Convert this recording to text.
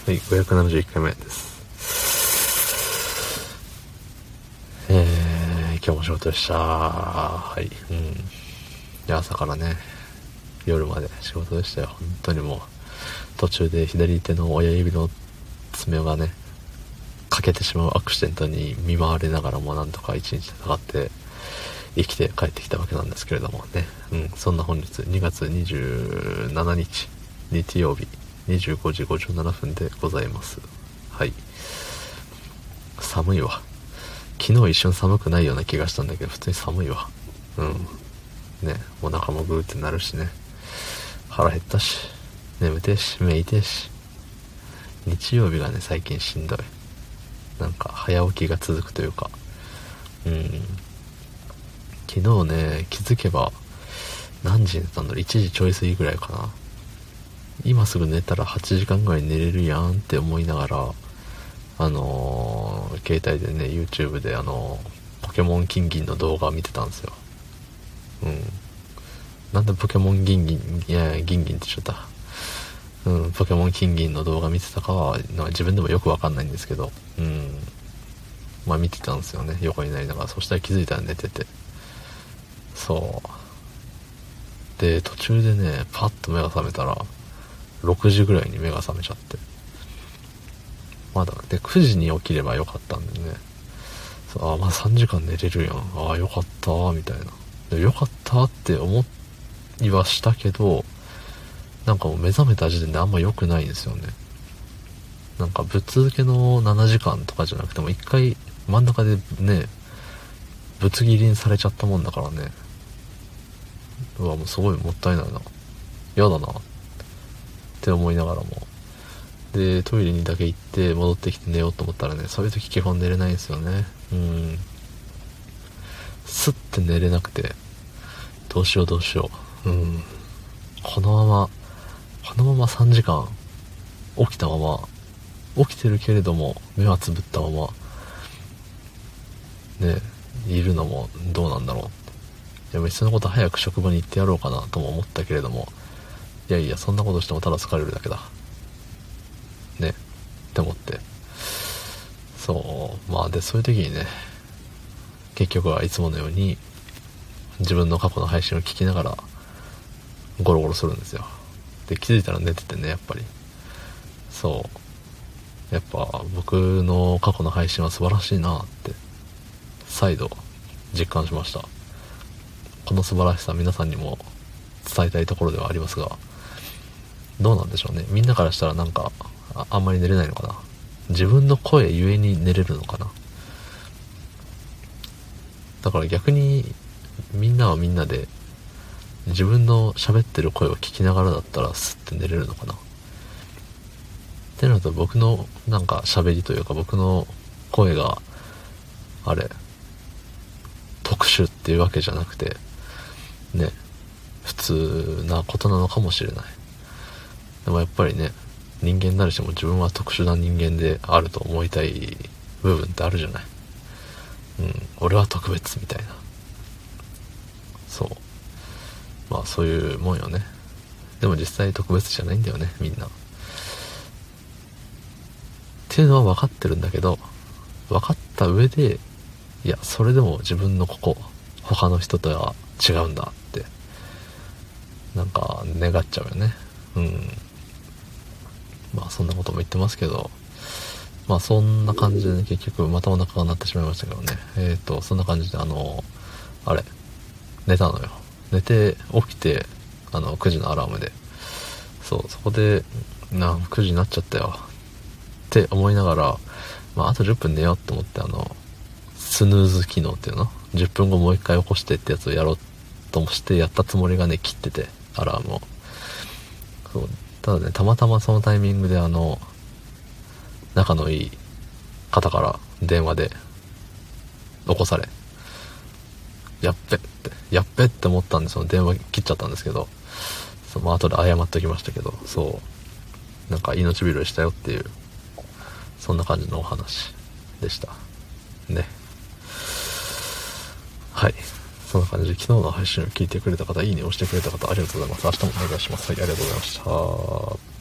はい、571回目です。今日も仕事でした。はい、で朝からね、夜まで仕事でしたよ。本当にもう、途中で左手の親指の爪がね、欠けてしまうアクシデントに見舞われながらもなんとか一日戦って生きて帰ってきたわけなんですけれどもね。そんな本日2月27日、日曜日、25時57分でございます。はい。寒いわ。昨日一瞬寒くないような気がしたんだけど、普通に寒いわ。ね、お腹もグーってなるしね。腹減ったし、眠てえし、目痛えし。日曜日がね、最近しんどい。なんか早起きが続くというか。昨日ね、気づけば、何時に寝たんだろう、1時ちょい過ぎぐらいかな。今すぐ寝たら8時間ぐらい寝れるやんって思いながら、携帯でね、YouTube でポケモン金銀の動画を見てたんですよ。なんでポケモン銀銀って言っちゃった。ポケモン金銀の動画見てたかは、自分でもよくわかんないんですけど、まあ見てたんですよね、横になりながら。そしたら気づいたら寝てて。そうで、途中でね、パッと目が覚めたら6時ぐらいに目が覚めちゃって、まだで9時に起きればよかったんでね。まあ3時間寝れるやん、よかったみたいな。でよかったって思いはしたけど、なんかもう目覚めた時点であんま良くないんですよね。なんかぶっ続けの7時間とかじゃなくても、一回真ん中でね、ぶつ切りにされちゃったもんだからね。もうすごいもったいないな、やだなって思いながらも、でトイレにだけ行って戻ってきて寝ようと思ったらね、そういう時基本寝れないんですよね。スッて寝れなくて、どうしよう。このまま3時間起きたまま、起きてるけれども目はつぶったままね、いるのもどうなんだろう。いや、いっそのこと早く職場に行ってやろうかなとも思ったけれども、いやいや、そんなことしてもただ疲れるだけだねって思って、まあで、そういう時にね、結局はいつものように自分の過去の配信を聞きながらゴロゴロするんですよ。で、気づいたら寝ててね、やっぱりやっぱ僕の過去の配信は素晴らしいなって再度実感しました。この素晴らしさ、皆さんにも伝えたいところではありますが、どうなんでしょうね。みんなからしたらなんか あんまり寝れないのかな。自分の声ゆえに寝れるのかな。だから逆にみんなはみんなで自分の喋ってる声を聞きながらだったらスッて寝れるのかなってなると、僕のなんか喋りというか、僕の声があれ特殊っていうわけじゃなくてね、普通なことなのかもしれない。でもやっぱりね、人間なるしも自分は特殊な人間であると思いたい部分ってあるじゃない。俺は特別みたいな。まあそういうもんよね。でも実際特別じゃないんだよね、みんな。っていうのは分かってるんだけど、分かった上で、いや、それでも自分の他の人とは違うんだってなんか願っちゃうよね。まあそんなことも言ってますけど、まあそんな感じでね、結局またお腹が鳴ってしまいましたけどね。そんな感じで寝たのよ。寝て起きて9時のアラームで、そこで9時になっちゃったよって思いながら、あと10分寝ようと思ってスヌーズ機能っていうの、10分後もう一回起こしてってやつをやろうともしてやったつもりがね、切ってて、アラームを。ただね、たまたまそのタイミングで仲のいい方から電話で起こされ、やっべって思ったんで、その電話切っちゃったんですけど、後で謝っておきましたけど、なんか命拾いしたよっていう、そんな感じのお話でしたね。はい、そんな感じで昨日の配信を聞いてくれた方、いいねを押してくれた方、ありがとうございます。明日もお願いします。はい、ありがとうございました。